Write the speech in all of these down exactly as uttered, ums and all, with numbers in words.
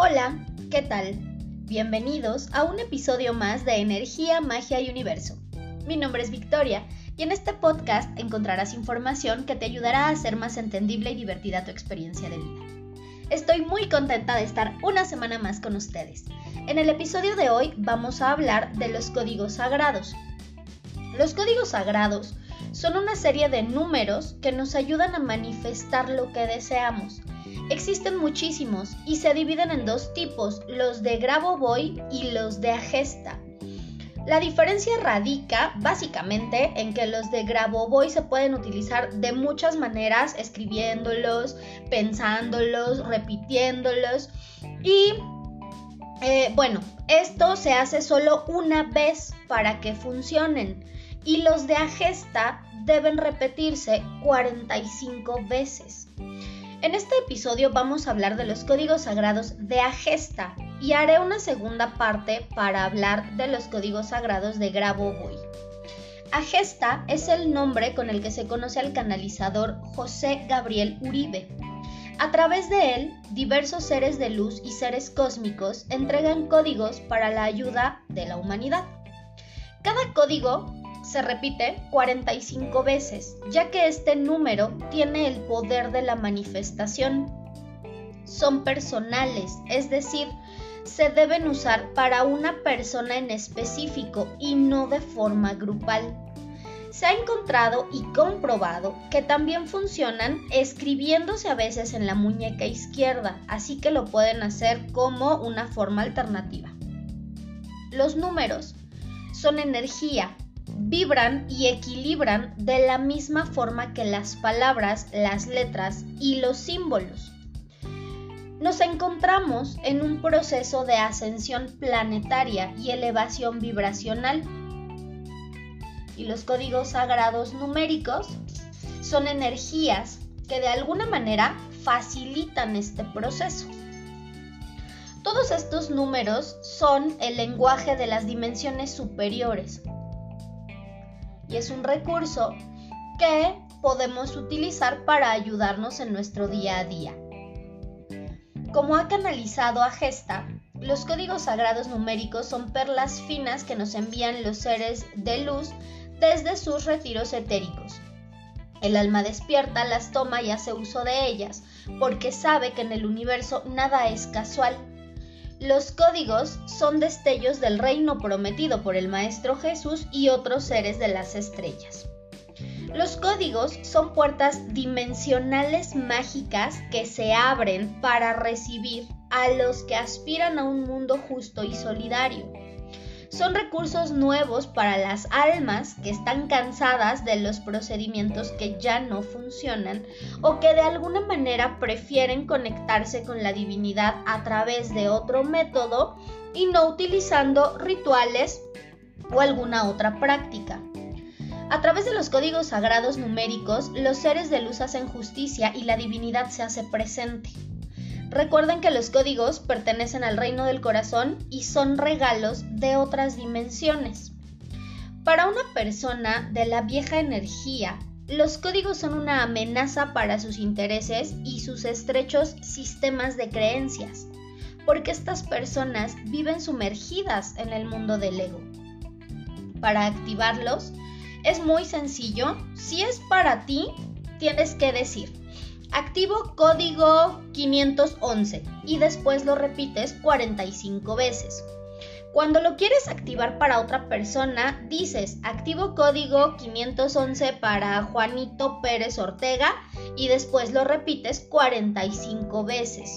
Hola, ¿qué tal? Bienvenidos a un episodio más de Energía, Magia y Universo. Mi nombre es Victoria y en este podcast encontrarás información que te ayudará a hacer más entendible y divertida tu experiencia de vida. Estoy muy contenta de estar una semana más con ustedes. En el episodio de hoy vamos a hablar de los códigos sagrados. Los códigos sagrados son una serie de números que nos ayudan a manifestar lo que deseamos. Existen muchísimos y se dividen en dos tipos, los de Grabovoi y los de Agesta. La diferencia radica básicamente en que los de Grabovoi se pueden utilizar de muchas maneras, escribiéndolos, pensándolos, repitiéndolos y eh, bueno, esto se hace solo una vez para que funcionen y los de Agesta deben repetirse cuarenta y cinco veces. En este episodio vamos a hablar de los códigos sagrados de Agesta y haré una segunda parte para hablar de los códigos sagrados de Grabovoi. Agesta es el nombre con el que se conoce al canalizador José Gabriel Uribe. A través de él, diversos seres de luz y seres cósmicos entregan códigos para la ayuda de la humanidad. Cada código se repite cuarenta y cinco veces, ya que este número tiene el poder de la manifestación. Son personales, es decir, se deben usar para una persona en específico y no de forma grupal. Se ha encontrado y comprobado que también funcionan escribiéndose a veces en la muñeca izquierda, así que lo pueden hacer como una forma alternativa. Los números son energía, vibran y equilibran de la misma forma que las palabras, las letras y los símbolos. Nos encontramos en un proceso de ascensión planetaria y elevación vibracional. Y los códigos sagrados numéricos son energías que de alguna manera facilitan este proceso. Todos estos números son el lenguaje de las dimensiones superiores. Y es un recurso que podemos utilizar para ayudarnos en nuestro día a día. Como ha canalizado Agesta, los códigos sagrados numéricos son perlas finas que nos envían los seres de luz desde sus retiros etéricos. El alma despierta, las toma y hace uso de ellas, porque sabe que en el universo nada es casual. Los códigos son destellos del reino prometido por el Maestro Jesús y otros seres de las estrellas. Los códigos son puertas dimensionales mágicas que se abren para recibir a los que aspiran a un mundo justo y solidario. Son recursos nuevos para las almas que están cansadas de los procedimientos que ya no funcionan o que de alguna manera prefieren conectarse con la divinidad a través de otro método y no utilizando rituales o alguna otra práctica. A través de los códigos sagrados numéricos, los seres de luz hacen justicia y la divinidad se hace presente. Recuerden que los códigos pertenecen al reino del corazón y son regalos de otras dimensiones. Para una persona de la vieja energía, los códigos son una amenaza para sus intereses y sus estrechos sistemas de creencias, porque estas personas viven sumergidas en el mundo del ego. Para activarlos, es muy sencillo. Si es para ti, tienes que decir: activo código quinientos once y después lo repites cuarenta y cinco veces. Cuando lo quieres activar para otra persona, dices: activo código quinientos once para Juanito Pérez Ortega y después lo repites cuarenta y cinco veces.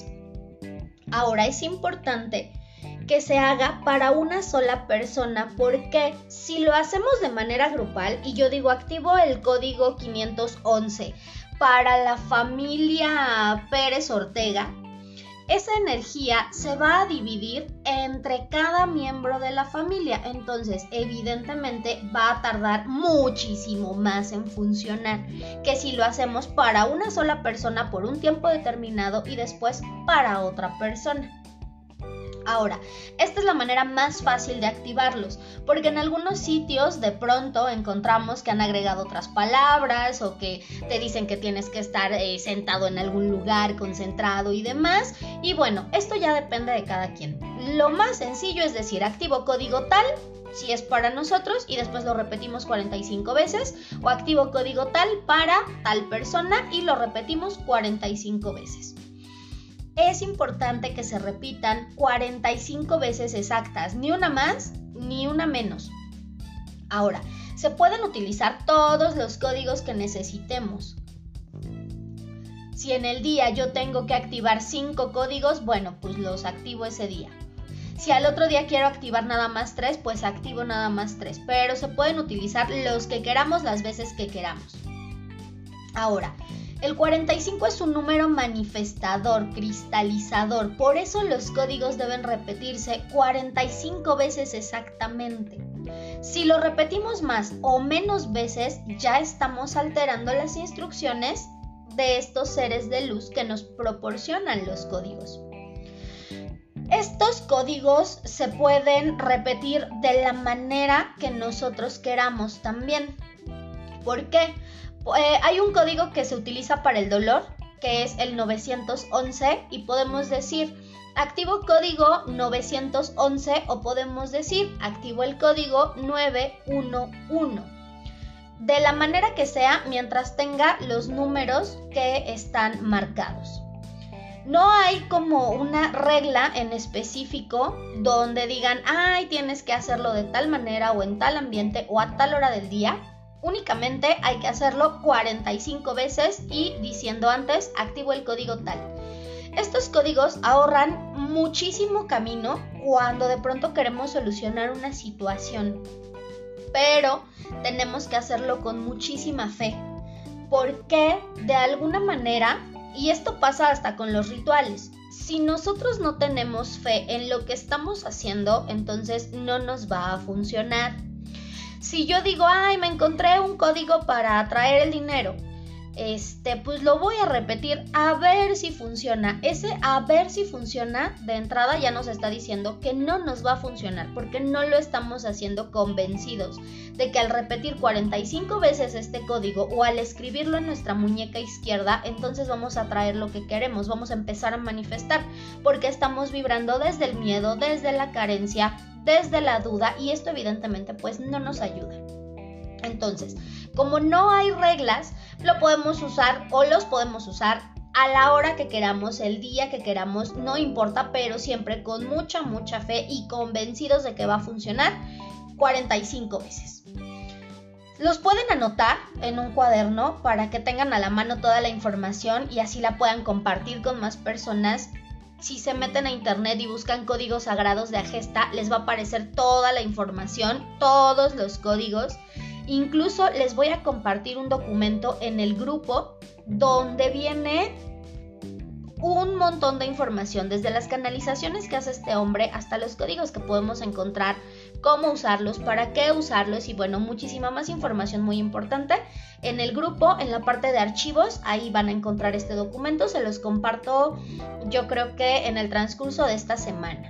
Ahora es importante que se haga para una sola persona, porque si lo hacemos de manera grupal y yo digo activo el código quinientos once para la familia Pérez Ortega, esa energía se va a dividir entre cada miembro de la familia, entonces evidentemente va a tardar muchísimo más en funcionar que si lo hacemos para una sola persona por un tiempo determinado y después para otra persona. Ahora, esta es la manera más fácil de activarlos, porque en algunos sitios de pronto encontramos que han agregado otras palabras o que te dicen que tienes que estar eh, sentado en algún lugar, concentrado y demás. Y bueno, esto ya depende de cada quien. Lo más sencillo es decir, activo código tal, si es para nosotros, y después lo repetimos cuarenta y cinco veces, o activo código tal para tal persona y lo repetimos cuarenta y cinco veces. Es importante que se repitan cuarenta y cinco veces exactas, ni una más ni una menos. Ahora, se pueden utilizar todos los códigos que necesitemos. Si en el día yo tengo que activar cinco códigos, bueno, pues los activo ese día. Si al otro día quiero activar nada más tres, pues activo nada más tres. Pero se pueden utilizar los que queramos las veces que queramos. Ahora, el cuarenta y cinco es un número manifestador, cristalizador, por eso los códigos deben repetirse cuarenta y cinco veces exactamente. Si lo repetimos más o menos veces, ya estamos alterando las instrucciones de estos seres de luz que nos proporcionan los códigos. Estos códigos se pueden repetir de la manera que nosotros queramos también. ¿Por qué? Eh, hay un código que se utiliza para el dolor, que es el novecientos once, y podemos decir activo código novecientos once o podemos decir activo el código nueve uno uno. De la manera que sea, mientras tenga los números que están marcados. No hay como una regla en específico donde digan, ay, tienes que hacerlo de tal manera o en tal ambiente o a tal hora del día. Únicamente hay que hacerlo cuarenta y cinco veces y diciendo antes, activo el código tal. Estos códigos ahorran muchísimo camino cuando de pronto queremos solucionar una situación, pero tenemos que hacerlo con muchísima fe, porque de alguna manera, y esto pasa hasta con los rituales, si nosotros no tenemos fe en lo que estamos haciendo, entonces no nos va a funcionar. Si yo digo, ay, me encontré un código para atraer el dinero, este, pues lo voy a repetir a ver si funciona. Ese a ver si funciona de entrada ya nos está diciendo que no nos va a funcionar porque no lo estamos haciendo convencidos de que al repetir cuarenta y cinco veces este código o al escribirlo en nuestra muñeca izquierda, entonces vamos a atraer lo que queremos, vamos a empezar a manifestar porque estamos vibrando desde el miedo, desde la carencia, desde la duda, y esto evidentemente pues no nos ayuda. Entonces, como no hay reglas, lo podemos usar o los podemos usar a la hora que queramos, el día que queramos, no importa, pero siempre con mucha, mucha fe y convencidos de que va a funcionar cuarenta y cinco veces. Los pueden anotar en un cuaderno para que tengan a la mano toda la información y así la puedan compartir con más personas. Si se meten a internet y buscan códigos sagrados de Agesta, les va a aparecer toda la información, todos los códigos. Incluso les voy a compartir un documento en el grupo donde viene un montón de información, desde las canalizaciones que hace este hombre hasta los códigos que podemos encontrar, cómo usarlos, para qué usarlos y bueno, muchísima más información muy importante. En el grupo, en la parte de archivos, ahí van a encontrar este documento, se los comparto yo creo que en el transcurso de esta semana.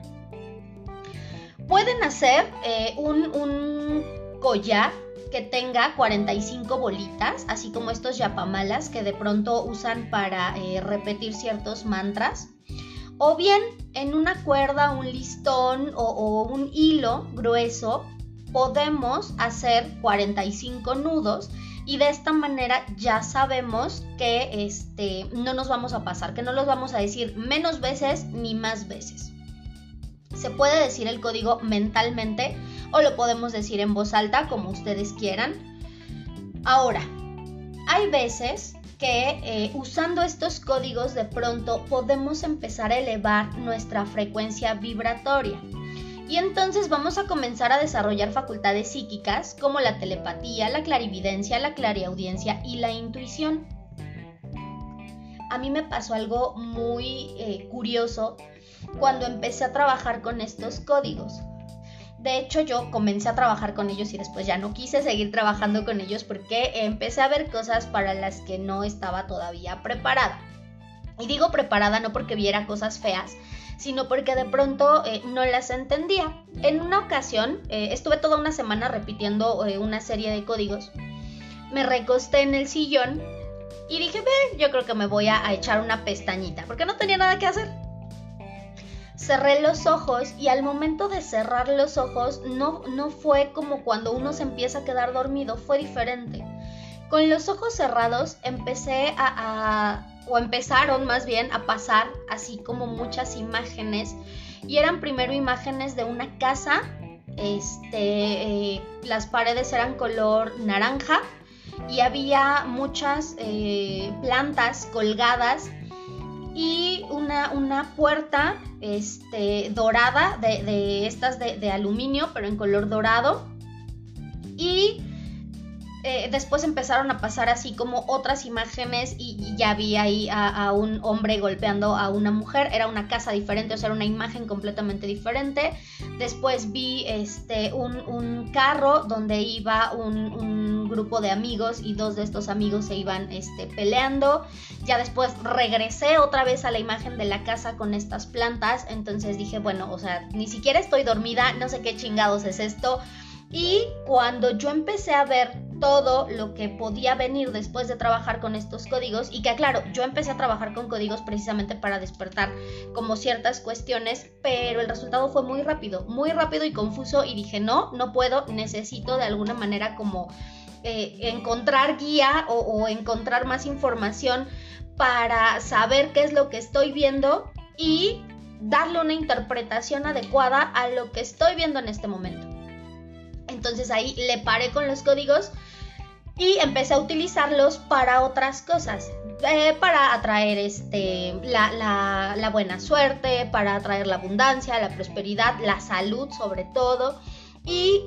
Pueden hacer eh, un, un collar que tenga cuarenta y cinco bolitas, así como estos yapamalas que de pronto usan para eh, repetir ciertos mantras, o bien en una cuerda, un listón o, o un hilo grueso podemos hacer cuarenta y cinco nudos y de esta manera ya sabemos que este, no nos vamos a pasar, que no los vamos a decir menos veces ni más veces. Se puede decir el código mentalmente o lo podemos decir en voz alta, como ustedes quieran. Ahora, hay veces que eh, usando estos códigos de pronto podemos empezar a elevar nuestra frecuencia vibratoria. Y entonces vamos a comenzar a desarrollar facultades psíquicas como la telepatía, la clarividencia, la clariaudiencia y la intuición. A mí me pasó algo muy eh, curioso cuando empecé a trabajar con estos códigos. De hecho, yo comencé a trabajar con ellos y después ya no quise seguir trabajando con ellos porque empecé a ver cosas para las que no estaba todavía preparada. Y digo preparada no porque viera cosas feas, sino porque de pronto eh, no las entendía. En una ocasión, eh, estuve toda una semana repitiendo eh, una serie de códigos. Me recosté en el sillón y dije, ve, yo creo que me voy a, a echar una pestañita, porque no tenía nada que hacer. Cerré los ojos y al momento de cerrar los ojos no, no fue como cuando uno se empieza a quedar dormido, fue diferente. Con los ojos cerrados empecé a, a o empezaron más bien a pasar así como muchas imágenes, y eran primero imágenes de una casa, este, eh, las paredes eran color naranja y había muchas eh, plantas colgadas y una, una puerta este, dorada, de, de estas de, de aluminio, pero en color dorado. Y eh, después empezaron a pasar así como otras imágenes y, y ya vi ahí a, a un hombre golpeando a una mujer. Era una casa diferente, o sea, era una imagen completamente diferente. Después vi este, un, un carro donde iba un, un grupo de amigos y dos de estos amigos se iban este, peleando. Ya después regresé otra vez a la imagen de la casa con estas plantas. Entonces dije, bueno, o sea, ni siquiera estoy dormida, no sé qué chingados es esto. Y cuando yo empecé a ver todo lo que podía venir después de trabajar con estos códigos, y que claro, yo empecé a trabajar con códigos precisamente para despertar como ciertas cuestiones, pero el resultado fue muy rápido, muy rápido y confuso, y dije, no, no puedo, necesito de alguna manera como eh, encontrar guía o, o encontrar más información para saber qué es lo que estoy viendo y darle una interpretación adecuada a lo que estoy viendo en este momento. Entonces ahí le paré con los códigos y empecé a utilizarlos para otras cosas, eh, para atraer este, la, la, la buena suerte, para atraer la abundancia, la prosperidad, la salud sobre todo. Y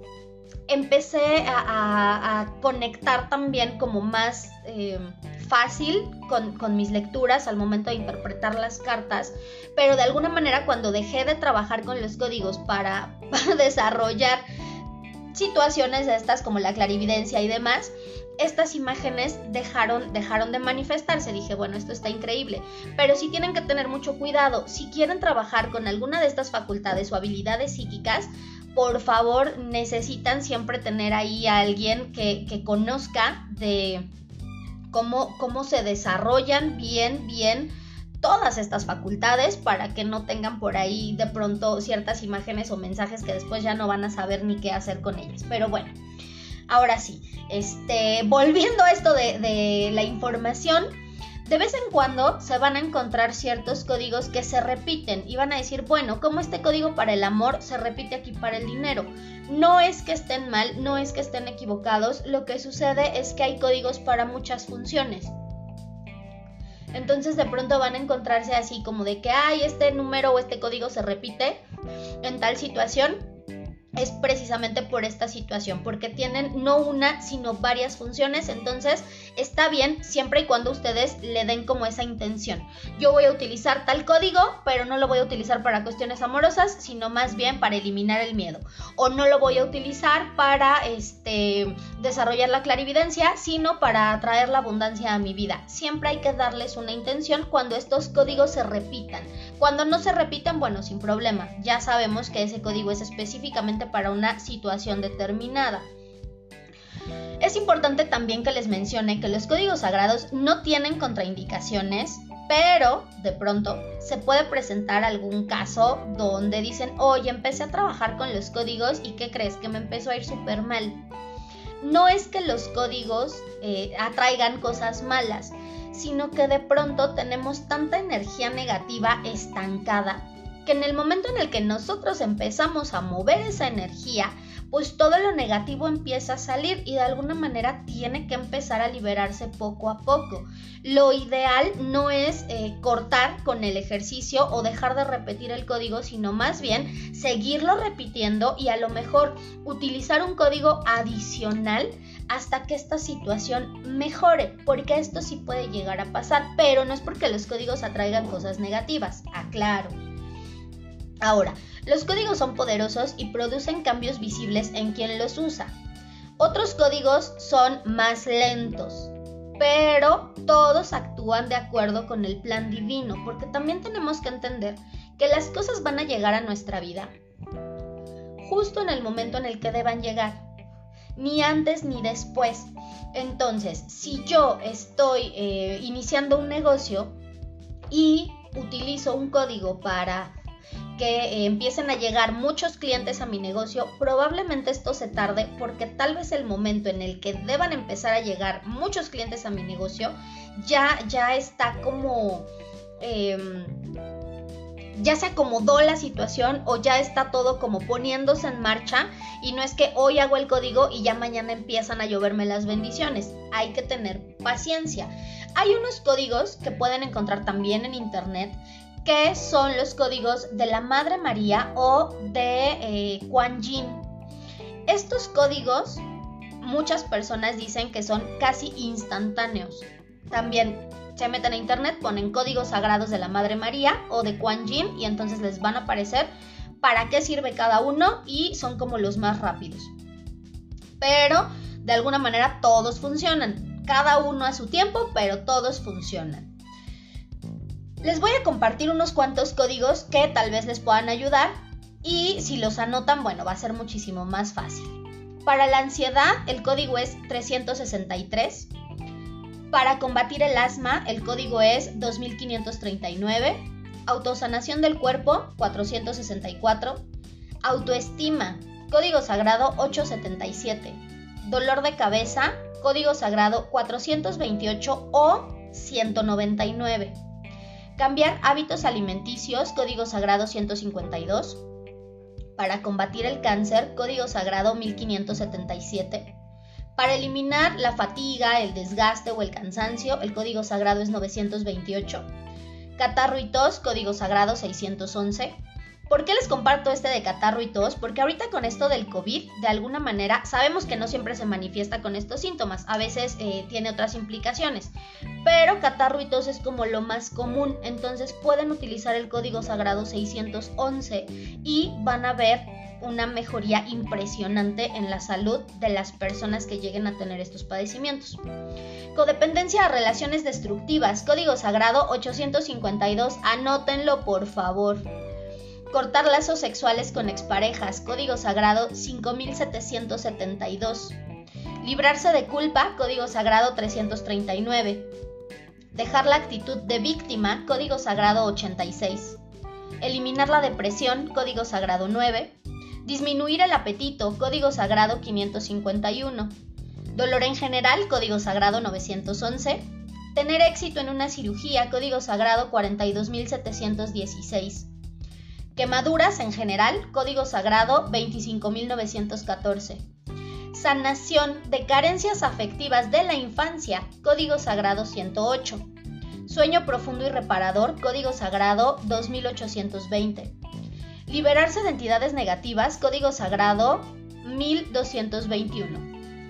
empecé a, a, a conectar también como más eh, fácil con, con mis lecturas al momento de interpretar las cartas, pero de alguna manera cuando dejé de trabajar con los códigos para, para desarrollar situaciones de estas como la clarividencia y demás, estas imágenes dejaron, dejaron de manifestarse. Dije, bueno, esto está increíble, pero sí tienen que tener mucho cuidado. Si quieren trabajar con alguna de estas facultades o habilidades psíquicas, por favor, necesitan siempre tener ahí a alguien que, que conozca de cómo, cómo se desarrollan bien, bien todas estas facultades, para que no tengan por ahí de pronto ciertas imágenes o mensajes que después ya no van a saber ni qué hacer con ellas. Pero bueno, ahora sí, este, volviendo a esto de, de la información, de vez en cuando se van a encontrar ciertos códigos que se repiten y van a decir, bueno, ¿cómo este código para el amor se repite aquí para el dinero? No es que estén mal, no es que estén equivocados, lo que sucede es que hay códigos para muchas funciones. Entonces de pronto van a encontrarse así como de que ay, este número o este código se repite en tal situación. Es precisamente por esta situación, porque tienen no una, sino varias funciones. Entonces está bien siempre y cuando ustedes le den como esa intención. Yo voy a utilizar tal código, pero no lo voy a utilizar para cuestiones amorosas, sino más bien para eliminar el miedo. O no lo voy a utilizar para este, desarrollar la clarividencia, sino para atraer la abundancia a mi vida. Siempre hay que darles una intención cuando estos códigos se repitan. Cuando no se repiten, bueno, sin problema. Ya sabemos que ese código es específicamente para una situación determinada. Es importante también que les mencione que los códigos sagrados no tienen contraindicaciones, pero de pronto se puede presentar algún caso donde dicen, oye, empecé a trabajar con los códigos y ¿qué crees? Que me empezó a ir súper mal. No es que los códigos eh, atraigan cosas malas, sino que de pronto tenemos tanta energía negativa estancada que en el momento en el que nosotros empezamos a mover esa energía, pues todo lo negativo empieza a salir y de alguna manera tiene que empezar a liberarse poco a poco. Lo ideal no es eh, cortar con el ejercicio o dejar de repetir el código, sino más bien seguirlo repitiendo y a lo mejor utilizar un código adicional hasta que esta situación mejore, porque esto sí puede llegar a pasar, pero no es porque los códigos atraigan cosas negativas, aclaro. Ahora, los códigos son poderosos y producen cambios visibles en quien los usa. Otros códigos son más lentos, pero todos actúan de acuerdo con el plan divino, porque también tenemos que entender que las cosas van a llegar a nuestra vida justo en el momento en el que deban llegar, ni antes ni después. Entonces, si yo estoy eh, iniciando un negocio y utilizo un código para que eh, empiecen a llegar muchos clientes a mi negocio, probablemente esto se tarde porque tal vez el momento en el que deban empezar a llegar muchos clientes a mi negocio ya, ya está como... Eh, ya se acomodó la situación o ya está todo como poniéndose en marcha, y no es que hoy hago el código y ya mañana empiezan a lloverme las bendiciones. Hay que tener paciencia. Hay unos códigos que pueden encontrar también en internet que son los códigos de la Madre María o de eh, Kuan Yin. Estos códigos muchas personas dicen que son casi instantáneos. También se meten a internet, ponen códigos sagrados de la Madre María o de Kuan Yin y entonces les van a aparecer para qué sirve cada uno y son como los más rápidos. Pero de alguna manera todos funcionan, cada uno a su tiempo, pero todos funcionan. Les voy a compartir unos cuantos códigos que tal vez les puedan ayudar y si los anotan, bueno, va a ser muchísimo más fácil. Para la ansiedad, el código es trescientos sesenta y tres. Para combatir el asma, el código es dos mil quinientos treinta y nueve. Autosanación del cuerpo, cuatrocientos sesenta y cuatro. Autoestima, código sagrado ochocientos setenta y siete. Dolor de cabeza, código sagrado cuatrocientos veintiocho o ciento noventa y nueve. Cambiar hábitos alimenticios, código sagrado ciento cincuenta y dos. Para combatir el cáncer, código sagrado mil quinientos setenta y siete. Para eliminar la fatiga, el desgaste o el cansancio, el código sagrado es novecientos veintiocho. Catarro y tos, código sagrado seiscientos once. ¿Por qué les comparto este de catarro y tos? Porque ahorita con esto del COVID, de alguna manera, sabemos que no siempre se manifiesta con estos síntomas, a veces eh, tiene otras implicaciones, pero catarro y tos es como lo más común, entonces pueden utilizar el código sagrado seiscientos once y van a ver una mejoría impresionante en la salud de las personas que lleguen a tener estos padecimientos. Codependencia a relaciones destructivas, código sagrado ochocientos cincuenta y dos, anótenlo por favor. Cortar lazos sexuales con exparejas, código sagrado cinco mil setecientos setenta y dos. Librarse de culpa, código sagrado trescientos treinta y nueve. Dejar la actitud de víctima, código sagrado ochenta y seis. Eliminar la depresión, código sagrado nueve. Disminuir el apetito, código sagrado quinientos cincuenta y uno. Dolor en general, código sagrado novecientos once. Tener éxito en una cirugía, código sagrado cuarenta y dos mil setecientos dieciséis. Quemaduras en general, código sagrado veinticinco mil novecientos catorce. Sanación de carencias afectivas de la infancia, código sagrado ciento ocho. Sueño profundo y reparador, código sagrado dos mil ochocientos veinte. Liberarse de entidades negativas, código sagrado mil doscientos veintiuno.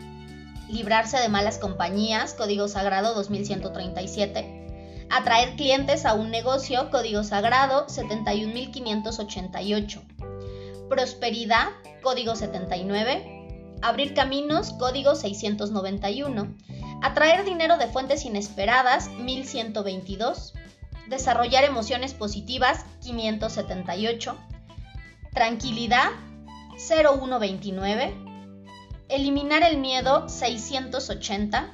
Librarse de malas compañías, código sagrado dos mil ciento treinta y siete. Atraer clientes a un negocio, código sagrado setenta y un mil quinientos ochenta y ocho. Prosperidad, código setenta y nueve. Abrir caminos, código seiscientos noventa y uno. Atraer dinero de fuentes inesperadas, mil ciento veintidós. Desarrollar emociones positivas, quinientos setenta y ocho. Tranquilidad, cero uno veintinueve. Eliminar el miedo, seiscientos ochenta.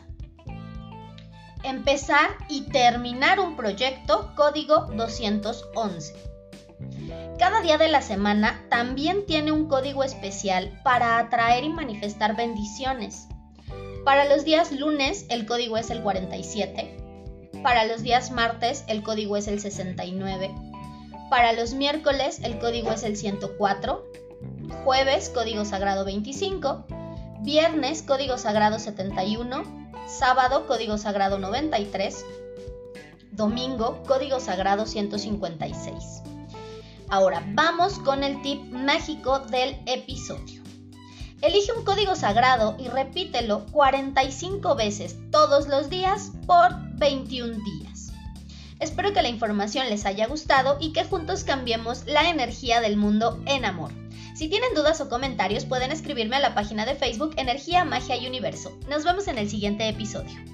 Empezar y terminar un proyecto, código doscientos once. Cada día de la semana también tiene un código especial para atraer y manifestar bendiciones. Para los días lunes el código es el cuarenta y siete. Para los días martes el código es el sesenta y nueve. Para los miércoles el código es el ciento cuatro. Jueves código sagrado veinticinco. Viernes código sagrado setenta y uno. Sábado, código sagrado noventa y tres. Domingo, código sagrado ciento cincuenta y seis. Ahora, vamos con el tip mágico del episodio. Elige un código sagrado y repítelo cuarenta y cinco veces todos los días por veintiún días. Espero que la información les haya gustado y que juntos cambiemos la energía del mundo en amor. Si tienen dudas o comentarios pueden escribirme a la página de Facebook Energía, Magia y Universo. Nos vemos en el siguiente episodio.